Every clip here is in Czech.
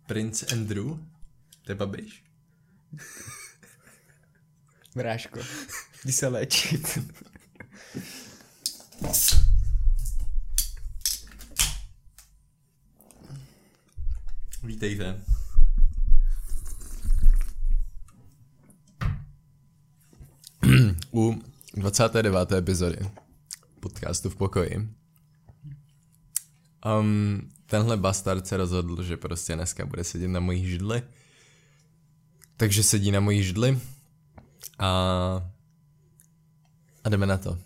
Prince Andrew? To je Babiš? Bráško, jdi se léčit. Vítejte. U 29. epizody podcastu v pokoji. Tenhle bastard se rozhodl, že prostě dneska bude sedět na mojí židli. Takže sedí na mojí židli. A jdeme na to.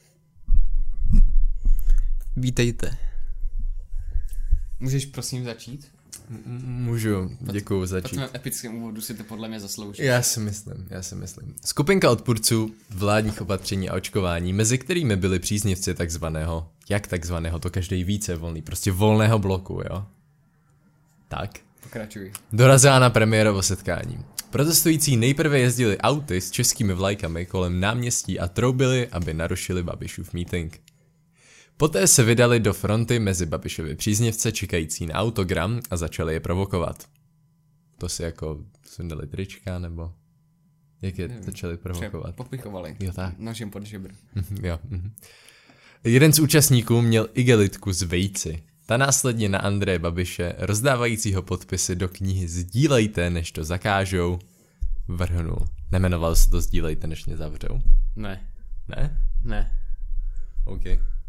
Vítejte. Můžeš prosím začít? Můžu, děkuju, začít. Po tom epickém úvodu si to podle mě zaslouží. Já si myslím. Skupinka odpůrců vládních opatření a očkování, mezi kterými byli příznivci takzvaného, to každý více volný, prostě volného bloku, jo? Tak. Pokračuj. Dorazila na premiérovo setkání. Protestující nejprve jezdili auty s českými vlajkami kolem náměstí a troubili, aby narušili Babišův meeting. Poté se vydali do fronty mezi Babišovi příznivce čekající na autogram a začali je provokovat. To si jako sundali trička, nebo jak je začali provokovat? Popichovali. Jo, tak. Nožem pod žebr. Jo. Jeden z účastníků měl igelitku z vejci. Ta následně na Andreje Babiše, rozdávajícího podpisy do knihy Sdílejte, než to zakážou, vrhnul. Nemenoval se to Sdílejte, než mě zavřou? Ne. Ne? Ne. OK.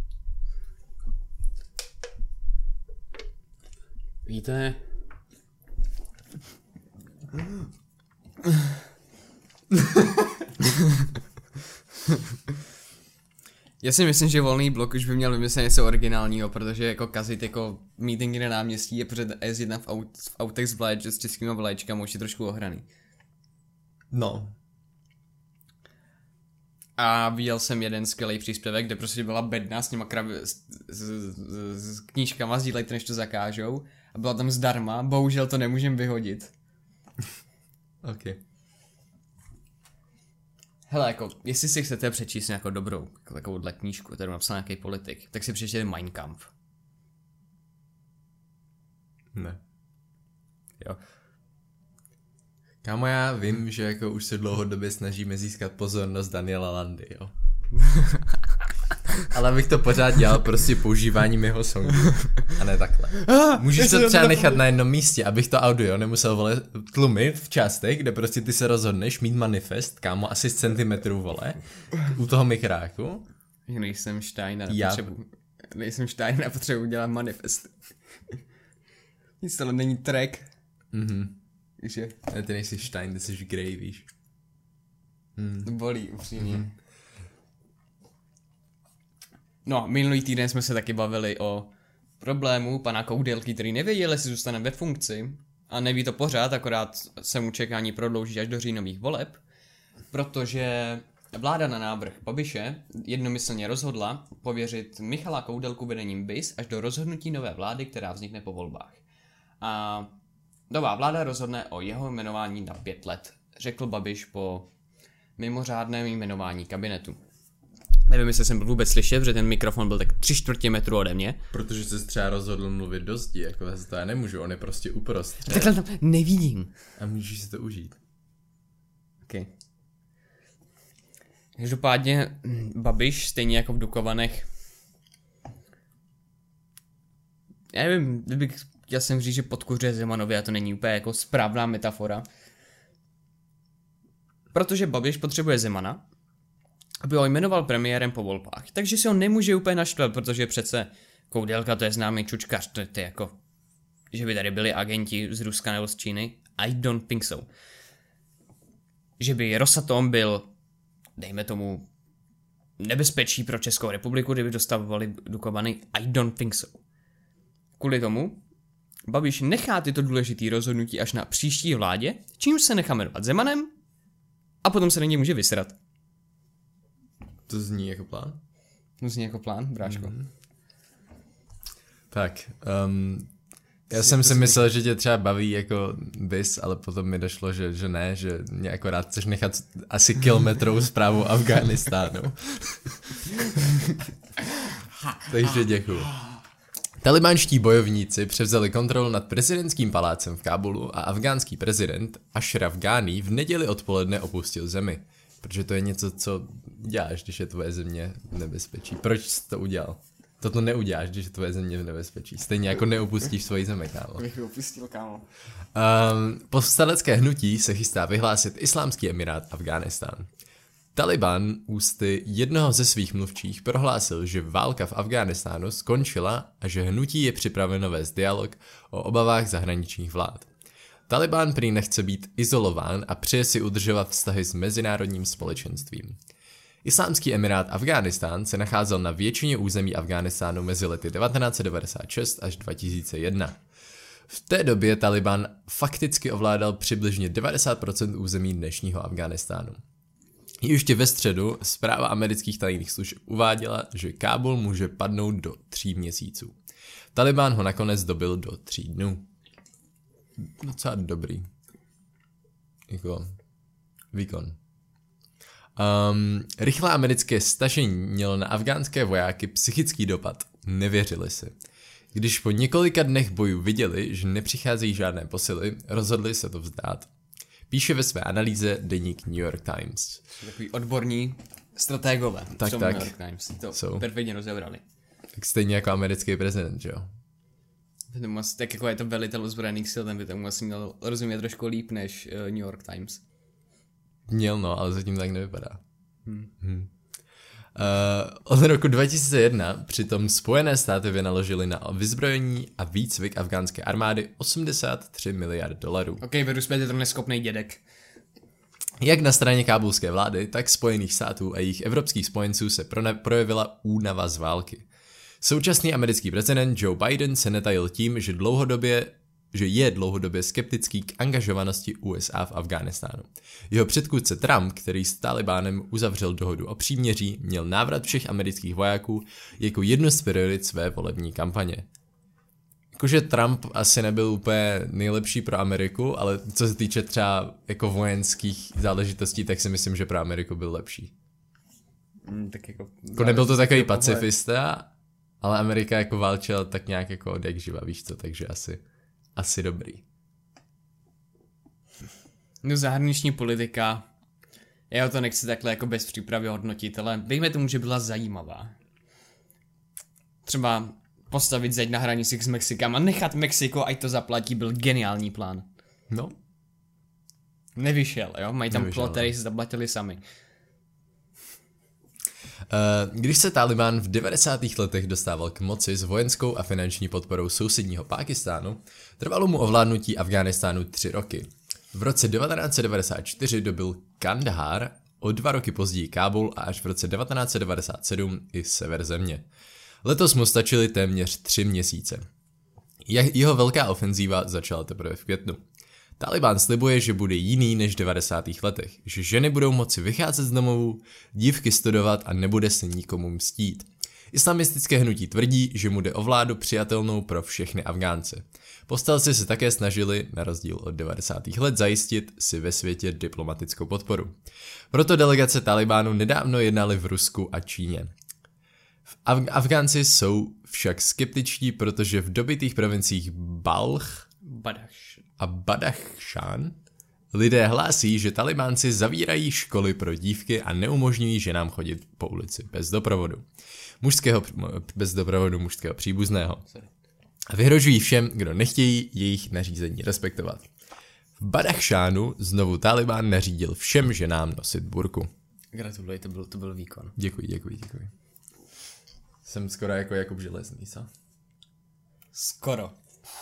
Víte? Já si myslím, že volný blok už by měl vymyslet něco originálního, protože jako kazit jako meetingy na náměstí je pořád jezdit v autech s českýma vlaječkami už je trošku ohraný. No. A viděl jsem jeden skvělý příspěvek, kde prostě byla bedna s těma s knížkama, sdílejte, než to zakážou. A byla tam zdarma, bohužel to nemůžem vyhodit. OK. Hele, jako, jestli si chcete přečíst nějakou dobrou takovouhle knížku, kterou napsal nějaký politik, tak si přečtěte Mein Kampf. Ne. Jo. Kámo, já vím, že jako už se dlouhodobě snažíme získat pozornost Daniela Landy, jo. Ale abych to pořád dělal prostě používáním jeho songů. A ne takhle. Můžeš to třeba nechat na jednom místě, abych to audio nemusel vole tlumit v částech, kde prostě ty se rozhodneš mít manifest, kámo, asi z centimetrů, vole, u toho mikráku. Nejsem Stein a potřebuji dělat manifest. Nic tohle není track. Že? Ne, ty nejsi Stein, ty jsi Grey, víš. To bolí, upřímně. No, minulý týden jsme se taky bavili o problému pana Koudelky, který nevěděl, jestli zůstane ve funkci a neví to pořád, akorát se mu čekání prodlouží až do říjnových voleb, protože vláda na návrh Babiše jednomyslně rozhodla pověřit Michala Koudelku vedením BIS až do rozhodnutí nové vlády, která vznikne po volbách. A nová vláda rozhodne o jeho jmenování na 5 let, řekl Babiš po mimořádném jmenování kabinetu. Nevím, jestli jsem byl vůbec slyšet, protože ten mikrofon byl tak 3/4 metru ode mě. Protože jsi třeba rozhodl mluvit do zdi, jako to já nemůžu, on je prostě uprostřed. Takhle tam nevidím. A můžeš si to užít. OK. Každopádně Babiš, stejně jako v Dukovanech, já nevím, chtěl jsem říct, že podkuřuje Zemanovi a to není úplně jako správná metafora. Protože Babiš potřebuje Zemana, aby ho jmenoval premiérem po volbách. Takže si ho nemůže úplně naštvat, protože přece Koudelka to je známý čučkař, to je jako, že by tady byli agenti z Ruska nebo z Číny. I don't think so. Že by Rosatom byl, dejme tomu, nebezpečí pro Českou republiku, kdyby dostavovali Dukovany. I don't think so. Kvůli tomu Babiš nechá tyto důležité rozhodnutí až na příští vládě, čímž se nechá jmenovat Zemanem a potom se na něj může vysrat. To zní jako plán? To zní jako plán, bráško. Tak, já jsem si myslel, že tě třeba baví jako BIS, ale potom mi došlo, že ne, že mě akorát chceš nechat asi kilometrovou zprávu Afghánistánu. Takže děkuju. Talibánští bojovníci převzali kontrolu nad prezidentským palácem v Kábulu a afgánský prezident Ashraf Ghani v neděli odpoledne opustil zemi. Protože to je něco, co děláš, když je tvoje země v nebezpečí. Proč jsi to udělal? Toto neuděláš, když je tvoje země v nebezpečí. Stejně jako neopustíš svoji zemi, kámo. Bych opustil, kámo. Povstalecké hnutí se chystá vyhlásit Islámský emirát Afghánistán. Taliban ústy jednoho ze svých mluvčích prohlásil, že válka v Afghánistánu skončila a že hnutí je připraveno vést dialog o obavách zahraničních vlád. Taliban prý nechce být izolován a přeje si udržovat vztahy s mezinárodním společenstvím. Islámský emirát Afghánistán se nacházel na většině území Afghánistánu mezi lety 1996 až 2001. V té době Taliban fakticky ovládal přibližně 90% území dnešního Afghánistánu. Ještě ve středu zpráva amerických tajných služeb uváděla, že Kábul může padnout do 3 měsíců. Taliban ho nakonec dobil do 3 dnů. Docela dobrý. Jako výkon. Rychlé americké stažení mělo na afgánské vojáky psychický dopad. Nevěřili si. Když po několika dnech bojů viděli, že nepřicházejí žádné posily, rozhodli se to vzdát. Píše ve své analýze deník New York Times. Takový odborní stratégové. Tak. New York Times. To perfektně rozebrali. Tak stejně jako americký prezident, že jo? Tak jako je to velitel ozbrojených sil, ten by tomu asi měl rozumět trošku líp než New York Times. Měl, no, ale zatím tak nevypadá. Od roku 2001 přitom Spojené státy vynaložily na vyzbrojení a výcvik afgánské armády 83 miliard dolarů. Ok, beru zpět, je to neschopný dědek. Jak na straně kábulské vlády, tak Spojených států a jejich evropských spojenců se projevila únava z války. Současný americký prezident Joe Biden se netajil tím, že je dlouhodobě skeptický k angažovanosti USA v Afghánistánu. Jeho předchůdce Trump, který s Talibánem uzavřel dohodu o příměří, měl návrat všech amerických vojáků jako jednu z priorit své volební kampaně. Jakože Trump asi nebyl úplně nejlepší pro Ameriku, ale co se týče třeba jako vojenských záležitostí, tak si myslím, že pro Ameriku byl lepší. Tak jako nebyl to takový pacifista, ale Amerika jako válčila tak nějak jako od jak živa, víš co, takže asi dobrý. No zahraniční politika, já to nechci takhle jako bez přípravy hodnotit, ale dejme tomu, že byla zajímavá. Třeba postavit zeď na hranicích s Mexikem a nechat Mexiko, ať to zaplatí, byl geniální plán. No. Nevyšel, jo? Mají tam plot, který se zaplatili sami. Když se Taliban v 90. letech dostával k moci s vojenskou a finanční podporou sousedního Pákistánu, trvalo mu ovládnutí Afghánistánu 3 roky. V roce 1994 dobil Kandahar, o 2 roky později Kábul a až v roce 1997 i sever země. Letos mu stačily téměř 3 měsíce. Jeho velká ofenzíva začala teprve v květnu. Taliban slibuje, že bude jiný než v 90. letech, že ženy budou moci vycházet z domovů, dívky studovat a nebude se nikomu mstít. Islamistické hnutí tvrdí, že mu jde o vládu přijatelnou pro všechny Afgánce. Povstalci se také snažili, na rozdíl od 90. let, zajistit si ve světě diplomatickou podporu. Proto delegace Talibánu nedávno jednali v Rusku a Číně. Afgánci jsou však skeptičtí, protože v dobytých provinciích Balch a Badachšán lidé hlásí, že Talibánci zavírají školy pro dívky a neumožňují ženám chodit po ulici bez doprovodu. Mužského příbuzného. A vyhrožují všem, kdo nechtějí jejich nařízení respektovat. V Badachšánu znovu Taliban nařídil všem ženám nosit burku. Gratuluji, to byl výkon. Děkuji. Jsem skoro jako Jakub Železný, co? Skoro.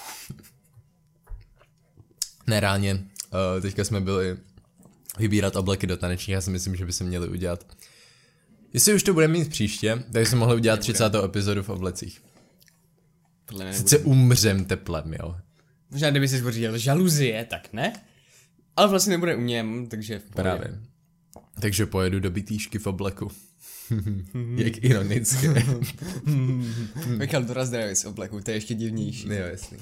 Ne, reálně, teďka jsme byli vybírat obleky do tanečních, já si myslím, že by se měli udělat. Jestli už to budeme mít příště, tak jsme mohli udělat 30. epizodu v oblecích. Sice umřem teplem, jo. Možná kdyby si pořídil žaluzie, tak ne? Ale vlastně nebude u něm, takže v pohodě. Právě. Takže pojedu do bitýšky v obleku. Jak ironické. Michal Dorazdravě z obleku, to je ještě divnější. Jo, jasný.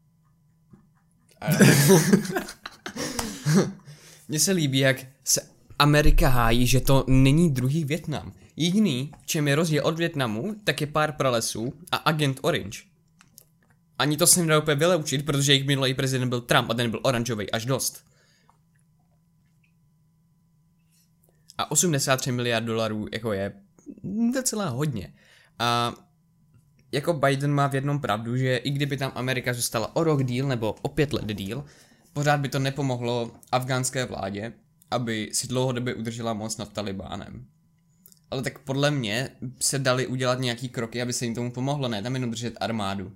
Mně se líbí, jak se Amerika hájí, že to není druhý Vietnam. Jediný, v čem je rozdíl od Vietnamu, tak je pár pralesů a agent Orange. Ani to se nedá úplně vyloučit, protože jejich minulý prezident byl Trump a ten byl oranžový až dost. A 83 miliard dolarů jako je docela hodně. A jako Biden má v jednom pravdu, že i kdyby tam Amerika zůstala o rok díl nebo o 5 let díl, pořád by to nepomohlo afgánské vládě, aby si dlouhodobě udržela moc nad Talibánem. Ale tak podle mě se dali udělat nějaký kroky, aby se jim tomu pomohlo, ne tam jenom držet armádu.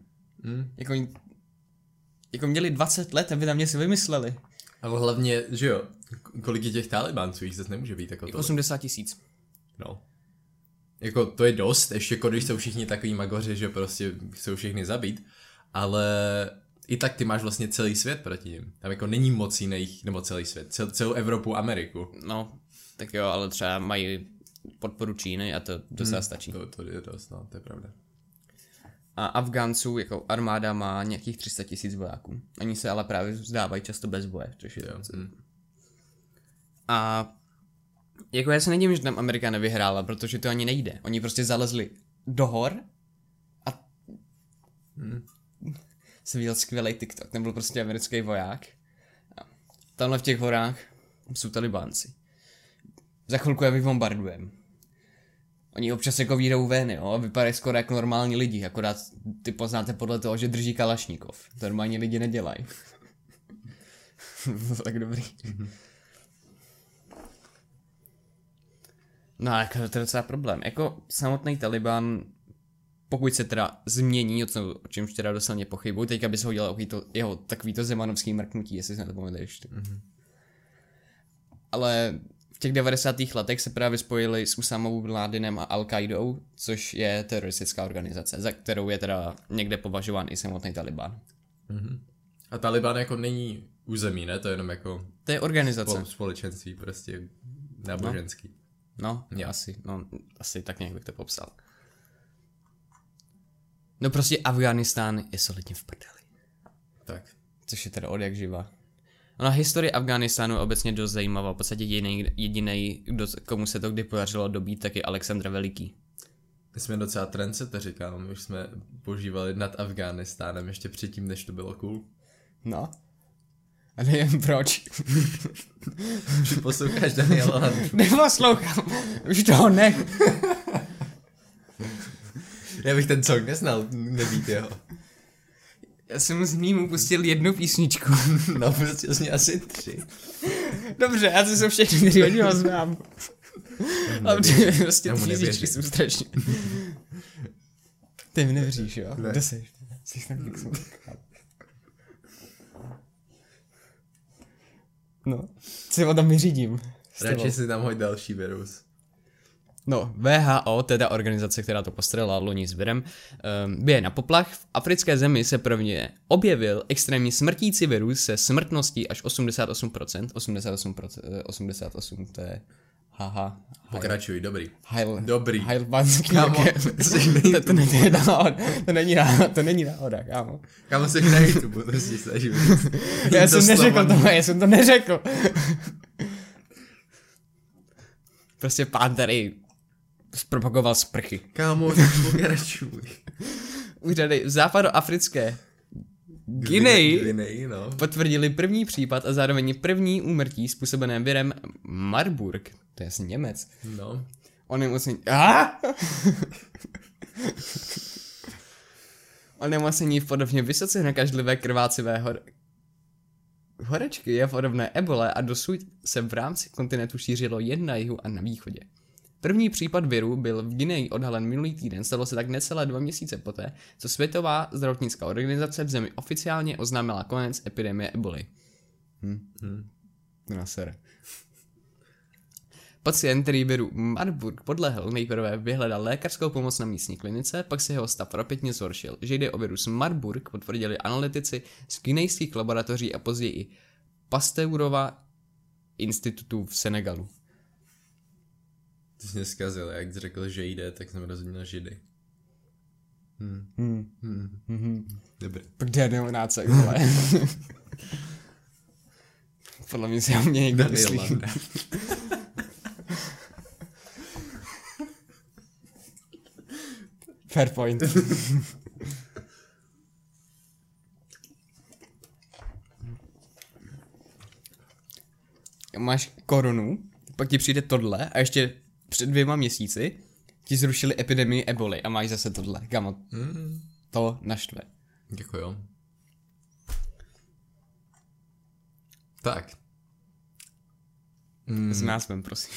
Jako měli 20 let, aby tam něco vymysleli. Ale hlavně, že jo, kolik je těch Talibánců, jich zase nemůže být jako to. 80 000. No. Jako to je dost, ještě jako když jsou všichni takový magoři, že prostě chcou všechny zabít, ale i tak ty máš vlastně celý svět proti nim. Tam jako není moc jiných, nebo celý svět, celou Evropu, Ameriku. No, tak jo, ale třeba mají podporu Číny a to docela stačí. To je dost, no, to je pravda. A Afgánců jako armáda má nějakých 300 000 vojáků. Oni se ale právě vzdávají často bez boje, což je A jako já se nedivím, že tam Amerika nevyhrála, protože to ani nejde. Oni prostě zalezli do hor a jsem viděl skvělej TikTok, ten byl prostě americký voják. A tamhle v těch horách jsou Talibánci. Za chvilku je vybombardujeme. Oni občas jako výjdou ven, jo, vypadají skoro jako normální lidi, akorát ty poznáte podle toho, že drží kalašníkov. To normální lidi nedělají. Tak dobrý. No jako to je docela problém. Jako samotný Taliban, pokud se teda změní, o čemž teda doslně pochybuji, teďka by se ho dělal jeho takovýto zemanovský mrknutí, jestli se na to pamatuješ. Ale v těch 90. letech se právě spojili s Usámou bin Ládinem a Al-Qaidou, což je teroristická organizace, za kterou je teda někde považován i samotný Taliban. A Taliban jako není území, ne? To je jenom jako... To je organizace. Společenství prostě náboženský. No, asi tak nějak bych to popsal. No prostě Afghánistán je solidně v prdeli. Tak. Což je teda od jak živa. Ona historie Afghánistánu je obecně dost zajímavá. V podstatě jedinej, komu se to kdy podařilo dobít, tak je Alexandr Veliký. My jsme docela trendseteři, kámo. My už jsme používali nad Afghánistánem ještě předtím, než to bylo cool. No. A nevím proč. Už posloucháš Daniela Landu. Neposlouchám. Už toho nech. Já bych ten song neznal, nebýt jeho. Já jsem z mýmu pustil jednu písničku. No, pustil jsi mě asi 3. Dobře, já to jsou všechny, který od něho znám. Ale prostě ty písničky jsou strašně. Ty mi nevěříš, jo? Ne. Kde seš? Jsi na Netflixu. No, si o tom vyřídím. Radši si tam hoď další virus. No, WHO, to je ta organizace, která to postřelila loni s virem, bije na poplach. V africké zemi se prvně objevil extrémně smrtící virus se smrtností až 88%. 88, to je... Haha. Pokračuj, dobrý. Dobrý. Kámo, to není náhoda, kámo. Kámo, jsi na YouTube, to si snažím. Já jsem to neřekl. Prostě pán tady zpropagoval sprchy. Kámo, pokračuj. Úřady západoafrické Guinea no. potvrdili první případ a zároveň první úmrtí způsobené virem Marburg. To je asi Němec. No. Onemocnění v podobně vysoce nakažlivé krvácivé horečky je podobné ebole a dosud se v rámci kontinentu šířilo jen na jihu a na východě. První případ viru byl v Guineji odhalen minulý týden, stalo se tak necelé 2 měsíce poté, co Světová zdravotnická organizace v zemi oficiálně oznámila konec epidemie eboli. Pacient, který viru Marburg podlehl, nejprve vyhledal lékařskou pomoc na místní klinice, pak se jeho stav rapidně zhoršil. Že jde o virus Marburg, potvrdili analytici z guinejských laboratoří a později i Pasteurova institutu v Senegalu. Ty jsi mě zkazil, jak jsi řekl, že jde, tak jsem rozuměl židy. Dobrý. Kde je neonácek, vole? Podle mě si o mě někdo myslí. Fair point. Máš korunu, pak ti přijde tohle a ještě před 2 měsíci ti zrušili epidemii eboli a máš zase tohle. Kamo, to naštve. Děkuju. Tak. S názvem, prosím.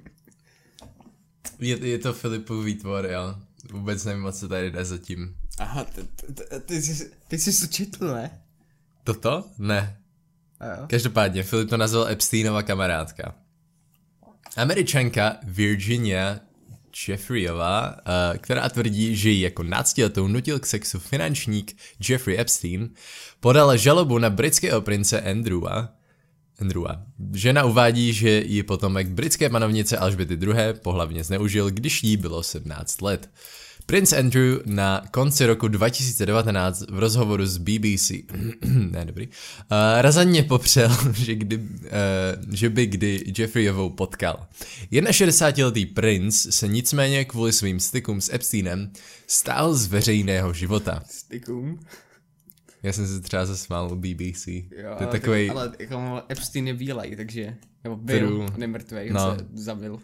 Je to Filipův výtvor, jo. Vůbec nevím, o co tady jde zatím. Aha, ty jsi to četl, ne? Toto? Ne. A jo. Každopádně, Filip to nazval Epsteinova kamarádka. Američanka Virginia Jeffreyová, která tvrdí, že ji jako 12letou nutil k sexu finančník Jeffrey Epstein, podala žalobu na britského prince Andrewa. Žena uvádí, že ji potomek britské panovnice Alžběty II. Pohlavně zneužil, když jí bylo 17 let. Prince Andrew na konci roku 2019 v rozhovoru s BBC razantně popřel, že by kdy Jeffreyovou potkal. 61letý princ se nicméně kvůli svým stykům s Epsteinem stáhl z veřejného života. Stykům? Já jsem se třeba zasmál u BBC. Jo, to je takovej... Ale jako Epstein je bílej, takže... Nebo byl nemrtvej, on se zabil.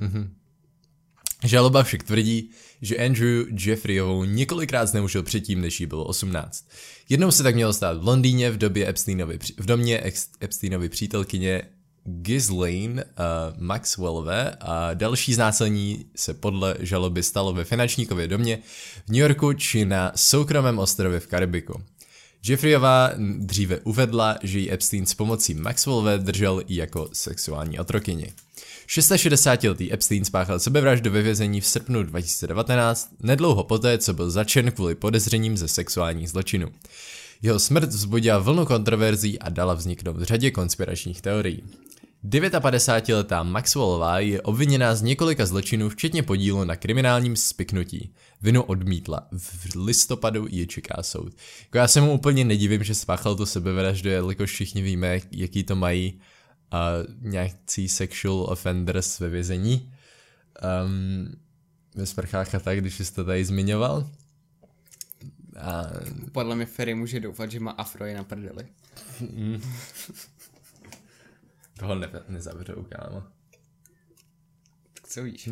Žaloba však tvrdí, že Andrew Jeffreyovou několikrát zneužil předtím, než jí bylo 18. Jednou se tak mělo stát v Londýně v domě Epsteinovy přítelkyně Ghislaine Maxwellové a další znásilnění se podle žaloby stalo ve finančníkově domě v New Yorku či na soukromém ostrově v Karibiku. Jeffreyová dříve uvedla, že ji Epstein s pomocí Maxwellové držel i jako sexuální otrokyni. 66letý Epstein spáchal sebevraždu ve vězení v srpnu 2019, nedlouho poté, co byl zatčen kvůli podezřením ze sexuálních zločinů. Jeho smrt vzbudila vlnu kontroverzí a dala vzniknout řadě konspiračních teorií. 59letá Maxwellová je obviněná z několika zločinů, včetně podílu na kriminálním spiknutí. Vinu odmítla. V listopadu ji čeká soud. Jako já se mu úplně nedivím, že spáchal tu sebevraždu, jelikož všichni víme, jaký to mají nějaký sexual offenders ve vězení. Ve sprchách a tak, když jsi to tady zmiňoval. Podle mě Ferry může doufat, že má afro je na prdeli. Toho nezavřou, kámo. Tak co víš?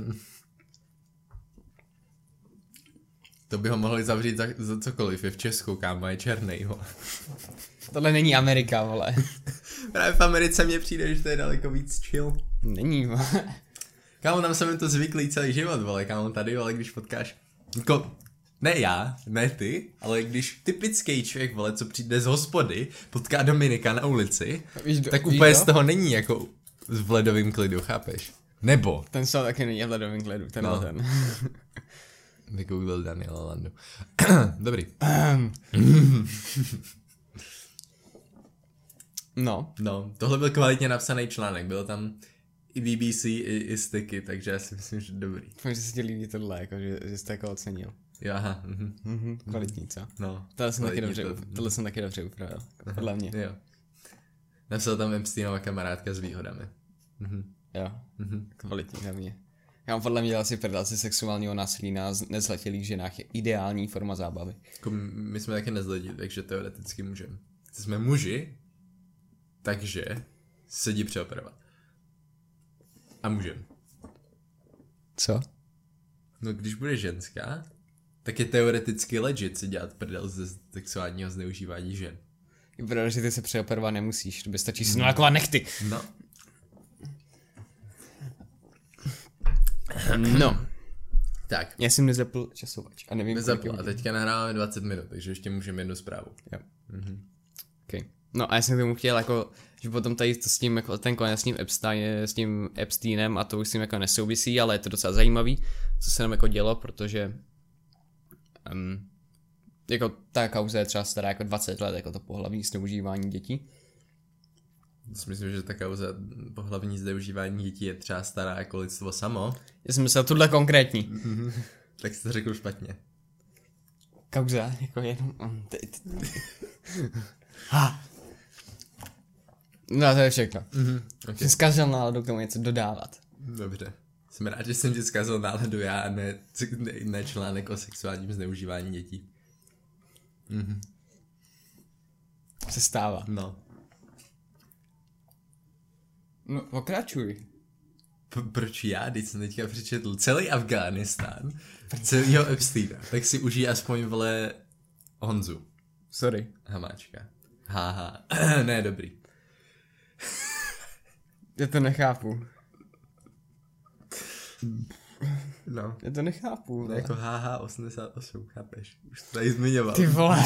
To by ho mohli zavřít za cokoliv, je v Česku, kámo, je černej, vole. Tohle není Amerika, vole. Právě v Americe mně přijde, že to je daleko víc chill. Není, vole. Kámo, tam jsem to zvyklý celý život, vole, kámo, tady, vole, když potkáš, jako, ne já, ne ty, ale když typický člověk, vole, co přijde z hospody, potká Dominika na ulici, tak úplně z toho není jako v ledovým klidu, chápeš? Nebo. Ten sál taky není v ledovým klidu, ten. Vygooglil Daniela Landu. Dobrý. No, tohle byl kvalitně napsaný článek, bylo tam i BBC, i styky, takže já si myslím, že dobrý. Doufám, že se ti líbí tohle, jako, že jsi to jako ocenil. Jo, aha. Kvalitní, co? No. Tohle jsem taky dobře upravil, podle mě. Jo. Napsal tam Epsteinova kamarádka s výhodami. Jo, kvalitní za mě. Já podle mě dělat si predaci sexuálního násilí na nezletilých ženách je ideální forma zábavy. Jako my jsme taky nezletilí, takže teoreticky můžeme. Jsme muži, takže se jdi přeoperovat. A můžeme. Co? No když bude ženská, tak je teoreticky legit si dělat prdel ze sexuálního zneužívání žen. Je pravda, že ty se přeoperovat nemusíš, to by stačí si nalakovat nechty. No. Tak. Já jsem nezapl časovač a nevím, nezapl a teďka nahráváme 20 minut, takže ještě můžeme jednu zprávu. Jo. Okay. No a já jsem k tomu chtěl jako, že potom tady to s tím, jako ten konec s tím Epsteinem a to už s tím jako nesouvisí, ale je to docela zajímavý, co se nám jako dělo, protože jako ta kauza je třeba stará jako 20 let, jako to pohlavní zneužívání dětí. Myslím, že ta kauza pohlavní zneužívání dětí je třeba stará jako lidstvo samo. Já jsem myslel tuhle konkrétní. Tak jsi to řekl špatně. Kauza, jako jenom... No to je všechno. Okay. Jsem zkazil náladu k tomu něco dodávat. Dobře. Jsem rád, že jsem ti zkazil náladu já a ne článek o sexuálním zneužívání dětí. Se stává. No. No, pokračuj. Proč já, když jsem teďka přečetl celý Afghánistán, celýho Epsteina, tak si užij aspoň, vole, Honzu. Sorry. Hamáčka. Haha. Ne, dobrý. Já to nechápu. No. Já to nechápu. Jako HH88, chápeš? Už to tady zmiňoval. Ty vole.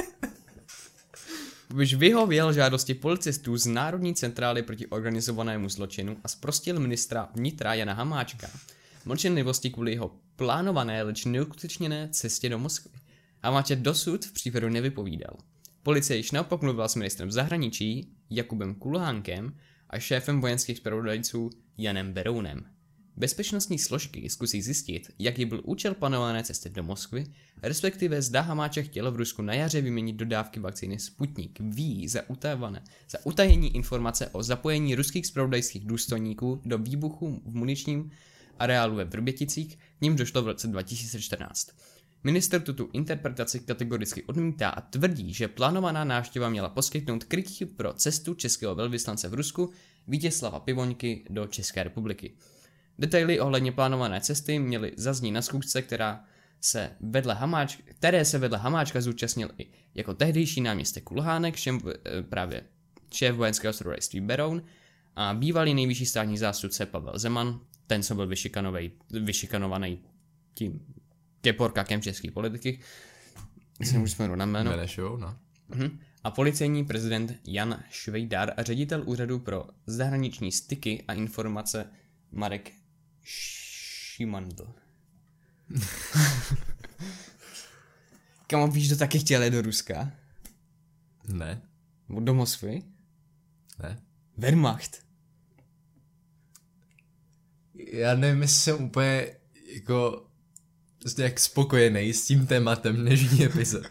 Už vyhověl žádosti policistů z Národní centrály proti organizovanému zločinu a zprostil ministra vnitra Jana Hamáčka mlčenlivosti kvůli jeho plánované, leč neuskutečněné cestě do Moskvy. Hamáček dosud v případu nevypovídal. Policie již naopak mluvila s ministrem zahraničí Jakubem Kulhánkem a šéfem vojenských zpravodajců Janem Berounem. Bezpečnostní složky zkusí zjistit, jaký byl účel plánované cesty do Moskvy, respektive zda Hamáček chtěl v Rusku na jaře vyměnit dodávky vakcíny Sputnik V za utajení informace o zapojení ruských zpravodajských důstojníků do výbuchu v muničním areálu ve Vrběticích, k ním došlo v roce 2014. Minister tuto interpretaci kategoricky odmítá a tvrdí, že plánovaná návštěva měla poskytnout krytí pro cestu českého velvyslance v Rusku Vítězslava Pivoňky do České republiky. Detaily ohledně plánované cesty měly zaznít na schůzce, které se vedle Hamáčka zúčastnil i jako tehdejší náměstek Kulhánek, šéf vojenského zpravodajství Beroun a bývalý nejvyšší státní zástupce Pavel Zeman, ten, co byl vyšikanovaný tím keporkakem české politiky, si nemůžu vzpomenout na jméno. Benešovou, no. A policejní prezident Jan Švejdar a ředitel úřadu pro zahraniční styky a informace Marek Šimandl. Kamo, víš, kdo taky chtěl jít do Ruska? Ne. Do Moskvy? Ne. Wehrmacht. Já nevím, jestli jsem úplně jako jak spokojený s tím tématem dnešní epizody.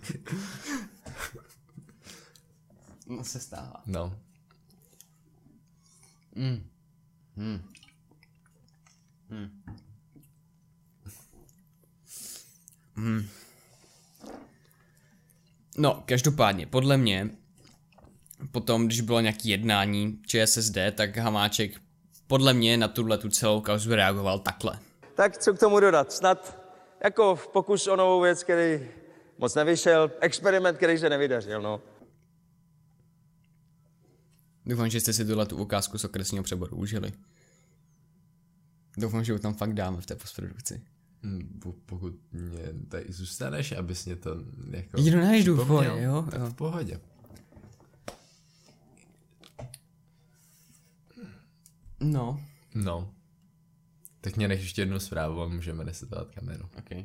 No se stává. No. No, každopádně, podle mě, potom, když bylo nějaké jednání ČSSD, tak Hamáček podle mě na tu celou kauzu reagoval takhle. Tak co k tomu dodat? Snad jako pokus o novou věc, který moc nevyšel, experiment, který se nevydařil, no. Doufám, že jste si tu ukázku z okresního přeboru užili. Doufám, že ho tam fakt dáme v té postprodukci. Pokud mě tady zůstaneš, abys mě to jako... Jdu najdu, v pohodě, jo? V pohodě. No. No. Tak mě nech ještě jednu zprávu a můžeme resetovat kameru. Okay.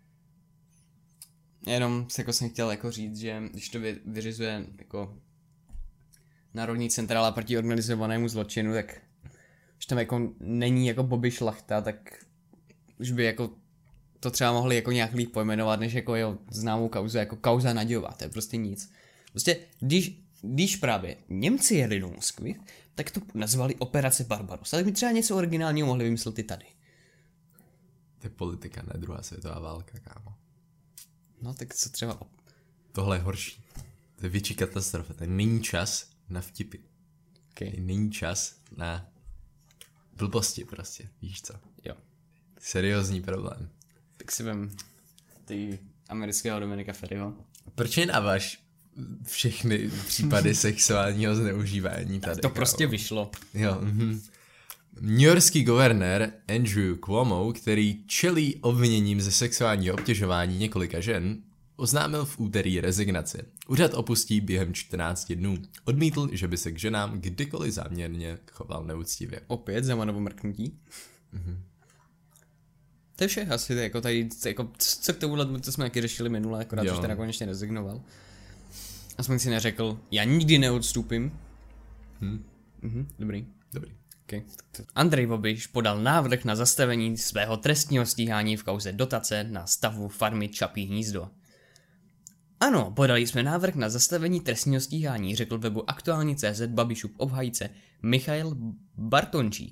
Jenom jako jsem chtěl jako říct, že když to vyřizuje jako Národní centrála proti organizovanému zločinu, tak když tam jako není jako Bobby Šlachta, tak už by jako to třeba mohli jako nějak líp pojmenovat, než jako jeho známou kauzu, jako kauza Naďová, to je prostě nic. Prostě, když právě Němci jeli do Moskvy, tak to nazvali Operace Barbarossa, tak by třeba něco originálního mohli vymyslet i tady. To je politika, ne druhá světová válka, kámo. No tak co třeba... Tohle je horší. To je větší katastrofa, to není čas na vtipy. Okay. Není čas na blbosti prostě, víš co. Jo. Seriózní problém. Tak si vem ty amerického Dominika Ferryho. Proč nedáváš všechny případy sexuálního zneužívání tady? To prostě vyšlo. Jo. Newyorský guvernér Andrew Cuomo, který čelí obviněním ze sexuálního obtěžování několika žen, oznámil v úterý rezignaci. Úřad opustí během 14 dnů. Odmítl, že by se k ženám kdykoliv záměrně choval neúctivě. Opět Zemanovo mrknutí. To je vše, asi jako tady, jako, co k tomuhle, to jsme taky řešili minule, akorát už teda konečně rezignoval. Aspoň si neřekl, já nikdy neodstupím. Dobrý. Okay. Andrej Babiš podal návrh na zastavení svého trestního stíhání v kauze dotace na stavbu farmy Čapí hnízdo. Ano, podali jsme návrh na zastavení trestního stíhání, řekl webu Aktuální.cz Babišův obhájce Michail Bartončík.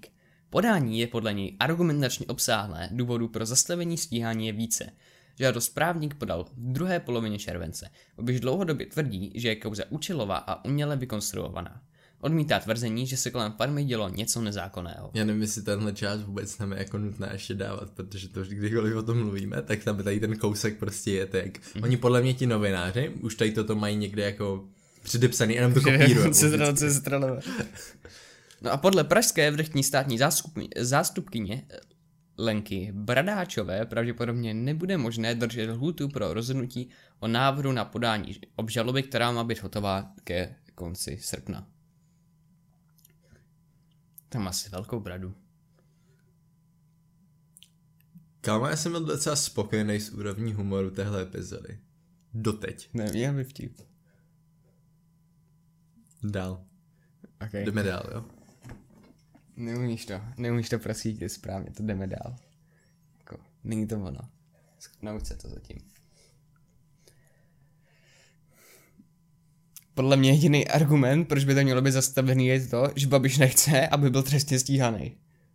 Podání je podle něj argumentačně obsáhlé, důvodů pro zastavení stíhání je více. Žádost právník podal v druhé polovině července. Babiš dlouhodobě tvrdí, že je kauza účelová a uměle vykonstruovaná. Odmítá tvrzení, že se kolem farmy dělo něco nezákonného. Já nevím, jestli tenhle část vůbec nám je jako nutné ještě dávat, protože to kdykoliv o tom mluvíme, tak tam tady ten kousek prostě je tak. Oni podle mě ti novináři už tady toto mají někde jako předepsaný, jenom to kopírujou. No a podle pražské vrchní státní zástupkyně Lenky Bradáčové pravděpodobně nebude možné držet lhůtu pro rozhodnutí o návrhu na podání obžaloby, která má být hotová ke konci srpna. Tam asi velkou bradu. Kámo, já jsem byl docela spokojený s úrovní humoru téhle epizody. Doteď. Neměl by vtip. Dál. Okay. Jdeme dál, jo? Neumíš to prosítit správně, to jdeme dál. Jako, není to ono. Nauč se to zatím. Podle mě jediný argument, proč by to mělo být zastavený, je to, že Babiš nechce, aby byl trestně stíhaný.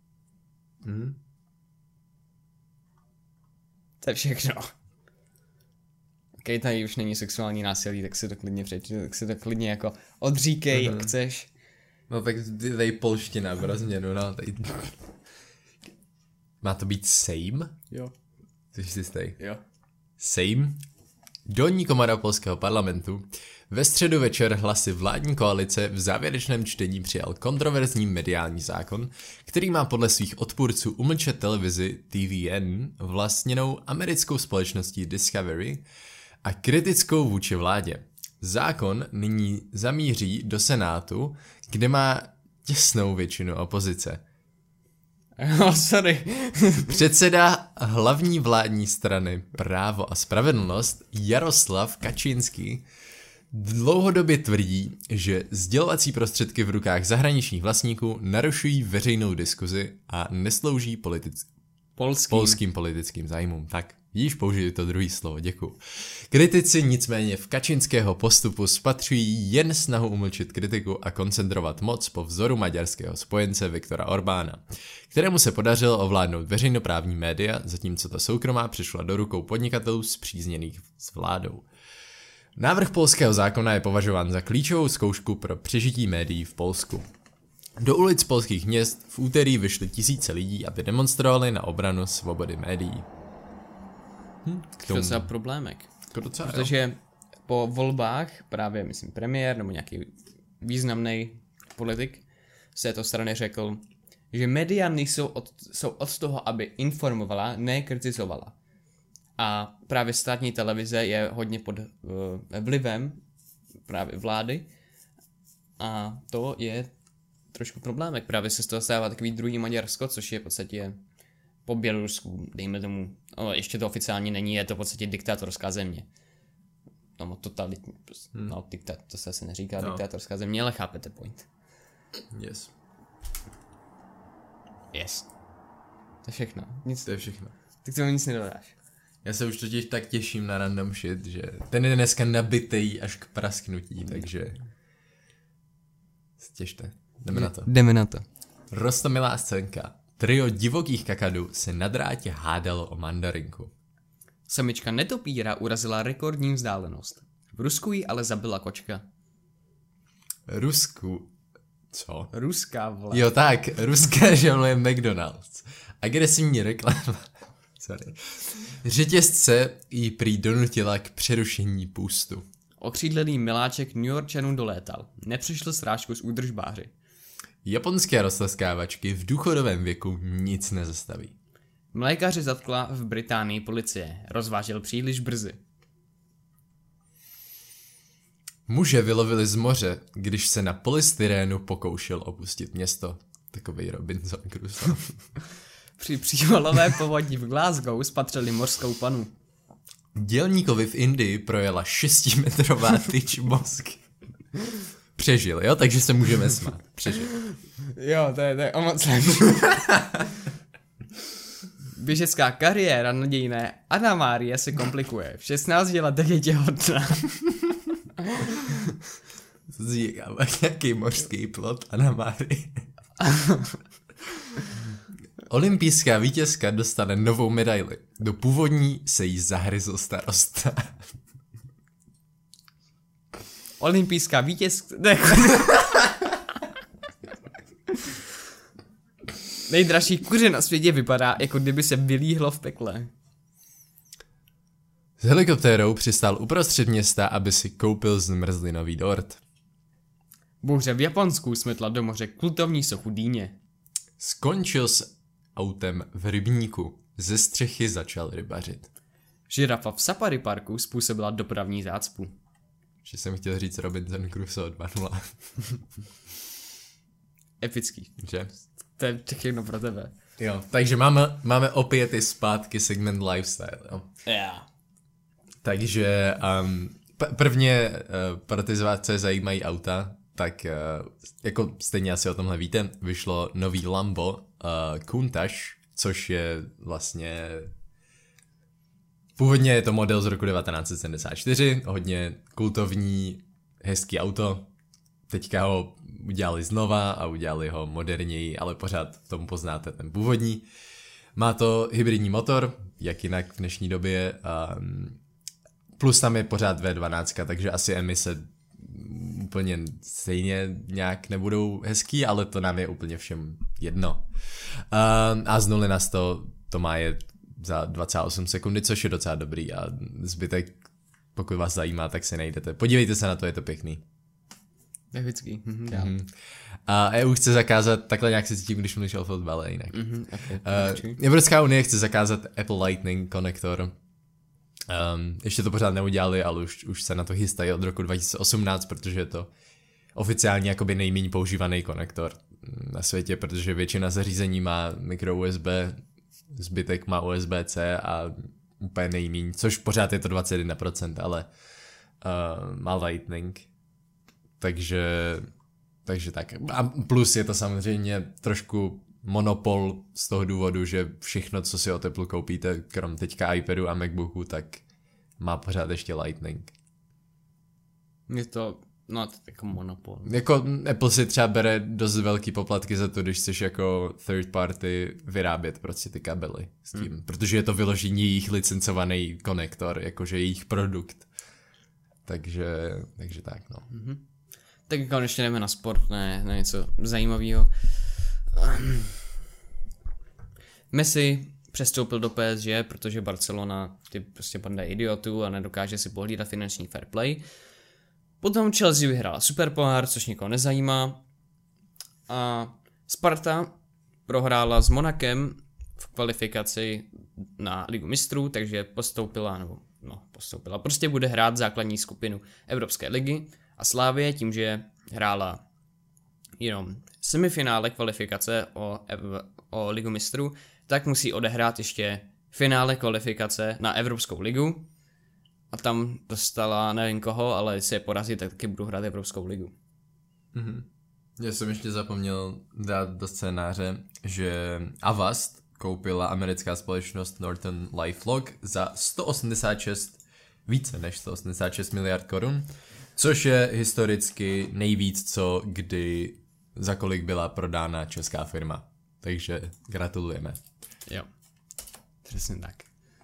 To je všechno. Ok, tady už není sexuální násilí, tak si to klidně přečti, tak si to klidně jako odříkej, jak chceš. No tak tady polština v rozměnu, no tady. Má to být sejm? Jo. Jsi si jistý? Jo. Sejm? Dolní komora polského parlamentu ve středu večer hlasy vládní koalice v závěrečném čtení přijal kontroverzní mediální zákon, který má podle svých odpůrců umlčet televizi TVN vlastněnou americkou společností Discovery a kritickou vůči vládě. Zákon nyní zamíří do Senátu, kde má těsnou většinu opozice. Sorry. Předseda hlavní vládní strany Právo a spravedlnost Jaroslav Kačinský dlouhodobě tvrdí, že sdělovací prostředky v rukách zahraničních vlastníků narušují veřejnou diskuzi a neslouží polským politickým zájmům. Tak, již použili to druhé slovo, děkuju. Kritici nicméně v Kačinského postupu spatřují jen snahu umlčit kritiku a koncentrovat moc po vzoru maďarského spojence Viktora Orbána, kterému se podařilo ovládnout veřejnoprávní média, zatímco ta soukromá přišla do rukou podnikatelů spřízněných s vládou. Návrh polského zákona je považován za klíčovou zkoušku pro přežití médií v Polsku. Do ulic polských měst v úterý vyšly tisíce lidí, aby demonstrovali na obranu svobody médií. To je problémek. Protože po volbách právě, myslím, premiér nebo nějaký významný politik z této strany řekl, že média jsou od toho, aby informovala, ne kritizovala. A právě státní televize je hodně pod vlivem právě vlády a to je trošku problémek. Právě se z toho stává takový druhý Maďarsko, což je v podstatě po Bělorusku, dejme tomu, ještě to oficiálně není, je to v podstatě diktátorská země. No, totalitní, no, to se asi neříká diktátorská země, ale chápete point. Yes. To je všechno. To je všechno. Tak tomu nic nedodáš. Já se už totiž tak těším na random shit, že ten je dneska nabitej až k prasknutí, takže stěžte. Jdeme na to. Roztomilá scénka. Trio divokých kakadů se na drátě hádalo o mandarinku. Samička netopíra urazila rekordní vzdálenost. V Rusku ji ale zabila kočka. Co? Ruská vlast. Jo tak, ruská žemle McDonald's. Agresivní reklama. Sorry. Řetězce jí prý donutila k přerušení půstu. Okřídlený miláček New Yorkčanů dolétal. Nepřišl srážku z údržbáři. Japonské roztaskávačky v důchodovém věku nic nezastaví. Mlékaře zatkla v Británii policie. Rozvážel příliš brzy. Muže vylovili z moře, když se na polystyrénu pokoušel opustit město. Takovej Robinson Crusoe. Při přívalové povodni v Glasgow spatřili mořskou panu. Dělníkovi v Indii projela 6metrová tyč mozky. Přežil, jo? Takže se můžeme smát. Přežil. Jo, to je o moc lepší. Běžecká kariéra nadějné Anna Márie se komplikuje. V 16 letech je těhotná. Co si říkám, jaký mořský plot Anna Márie? Olympijská vítězka dostane novou medaili. Do původní se jí zahryzl starosta. Olympijská vítězka... Nejdražší kuře na světě vypadá, jako kdyby se vylíhlo v pekle. S helikoptérou přistál uprostřed města, aby si koupil zmrzlinový dort. Bouře v Japonsku smetla do moře kultovní sochu dýně. Skončil s autem v rybníku. Ze střechy začal rybařit. Žirafa v safari parku způsobila dopravní zácpu. Že jsem chtěl říct Robinson Crusoe 2.0. Epický. Že? To je všechno pro tebe. Jo, takže máme opět i zpátky segment lifestyle, jo. Yeah. Takže prvně pro ty z vás, co zajímají auta, tak jako stejně asi o tomhle víte, vyšlo nový Lambo Countach, což je vlastně... Původně je to model z roku 1974, hodně kultovní, hezký auto. Teďka ho udělali znova a udělali ho moderněji, ale pořád v tom poznáte ten původní. Má to hybridní motor, jak jinak v dnešní době, plus tam je pořád V12, takže asi emise úplně stejně nějak nebudou hezký, ale to nám je úplně všem jedno. A z 0 na 100 to má je za 28 sekundy, což je docela dobrý a zbytek, pokud vás zajímá, tak si najdete. Podívejte se na to, je to pěkný. To je vždycky. A EU chce zakázat, takhle nějak se cítím, když mluvíš o fotbale jinak. Okay. Evropská unie chce zakázat Apple Lightning konektor. Ještě to pořád neudělali, ale už se na to chystají od roku 2018, protože je to oficiálně jakoby nejméně používaný konektor na světě, protože většina zařízení má micro USB, zbytek má USB-C a úplně nejméně, což pořád je to 21%, ale má Lightning. Takže tak. A plus je to samozřejmě trošku monopol z toho důvodu, že všechno, co si o Apple koupíte, krom teďka iPadu a MacBooku, tak má pořád ještě Lightning. Je to, no to jako monopol. Jako Apple si třeba bere dost velký poplatky za to, když chceš jako third party vyrábět prostě ty kabely s tím, protože je to vyložení jejich licencovaný konektor, jakože jejich produkt. Takže tak, no. Tak konečně jdeme na sport, ne na něco zajímavého. Messi přestoupil do PSG, protože Barcelona ty prostě banda idiotů a nedokáže si pohlídat finanční fair play. Potom Chelsea vyhrála superpohár, což nikoho nezajímá. A Sparta prohrála s Monakem v kvalifikaci na Ligu mistrů, takže postoupila. Prostě bude hrát základní skupinu Evropské ligy. A Slavie tím, že hrála jenom semifinále kvalifikace o Ligu mistrů, tak musí odehrát ještě finále kvalifikace na Evropskou ligu. A tam dostala nevím koho, ale jestli je porazí, tak taky budu hrát Evropskou ligu. Já jsem ještě zapomněl dát do scénáře, že Avast koupila americká společnost Norton LifeLock za více než 186 miliard korun, což je historicky nejvíc, co kdy za kolik byla prodána česká firma. Takže gratulujeme. Jo, přesně tak.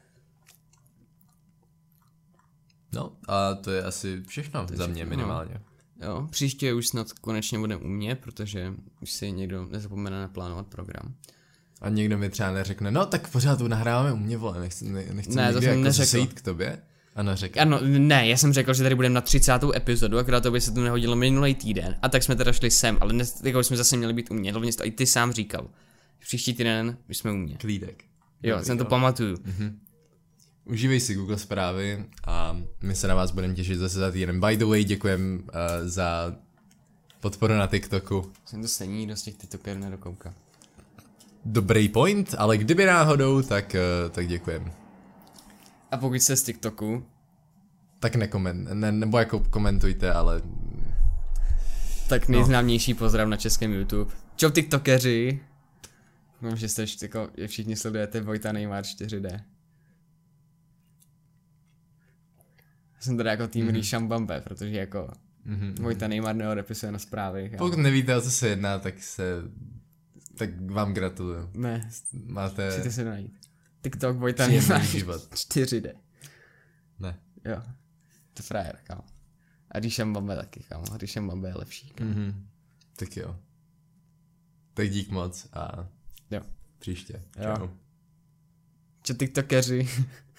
No a to je asi všechno za mě minimálně. Jo, příště už snad konečně budeme u mě, protože už si někdo nezapomene naplánovat program. A někdo mi třeba neřekne, no tak pořád nahráváme u mě, vole, nechci ne, někdy jako sejít k tobě. Ano, řekl. Ano, ne, já jsem řekl, že tady budeme na 30. epizodu, akorát to by se tu nehodilo minulý týden. A tak jsme teda šli sem, ale jako jsme zase měli být u mě. Hlavně to i ty sám říkal. Příští týden už jsme u mě. Klídek. Jo, dobrý, jsem to pamatuju. Užívej si Google zprávy a my se na vás budeme těšit zase za týden. By the way, děkujem za podporu na TikToku. Jsem to stejně nikdo z těch TikTokerů nedokouká. Dobrý point, ale kdyby náhodou, tak děkujem. A pokud jste z TikToku, tak nebo jako komentujte, ale... Tak nejznámější pozdrav na českém YouTube. Čau TikTokeři. Mám, že jste jako, jak všichni sledujete Vojta Neymar 4D. Jsem teda jako tým Ríšam Bambe, protože jako Vojta Neymar neodepisuje na zprávy. Pokud nevíte, o co se jedná, tak se Tak vám gratuluju. Ne, Máte musíte si najít. TikTok Vojta příjemný nemá život. 4D. Ne. Jo. To frajer, kámo. A Ríša Mbambe taky, kámo. Ríša Mbambe je lepší. Kámo. Tak jo. Tak dík moc a Jo. příště. Jo. Čau. Čo TikTokeři.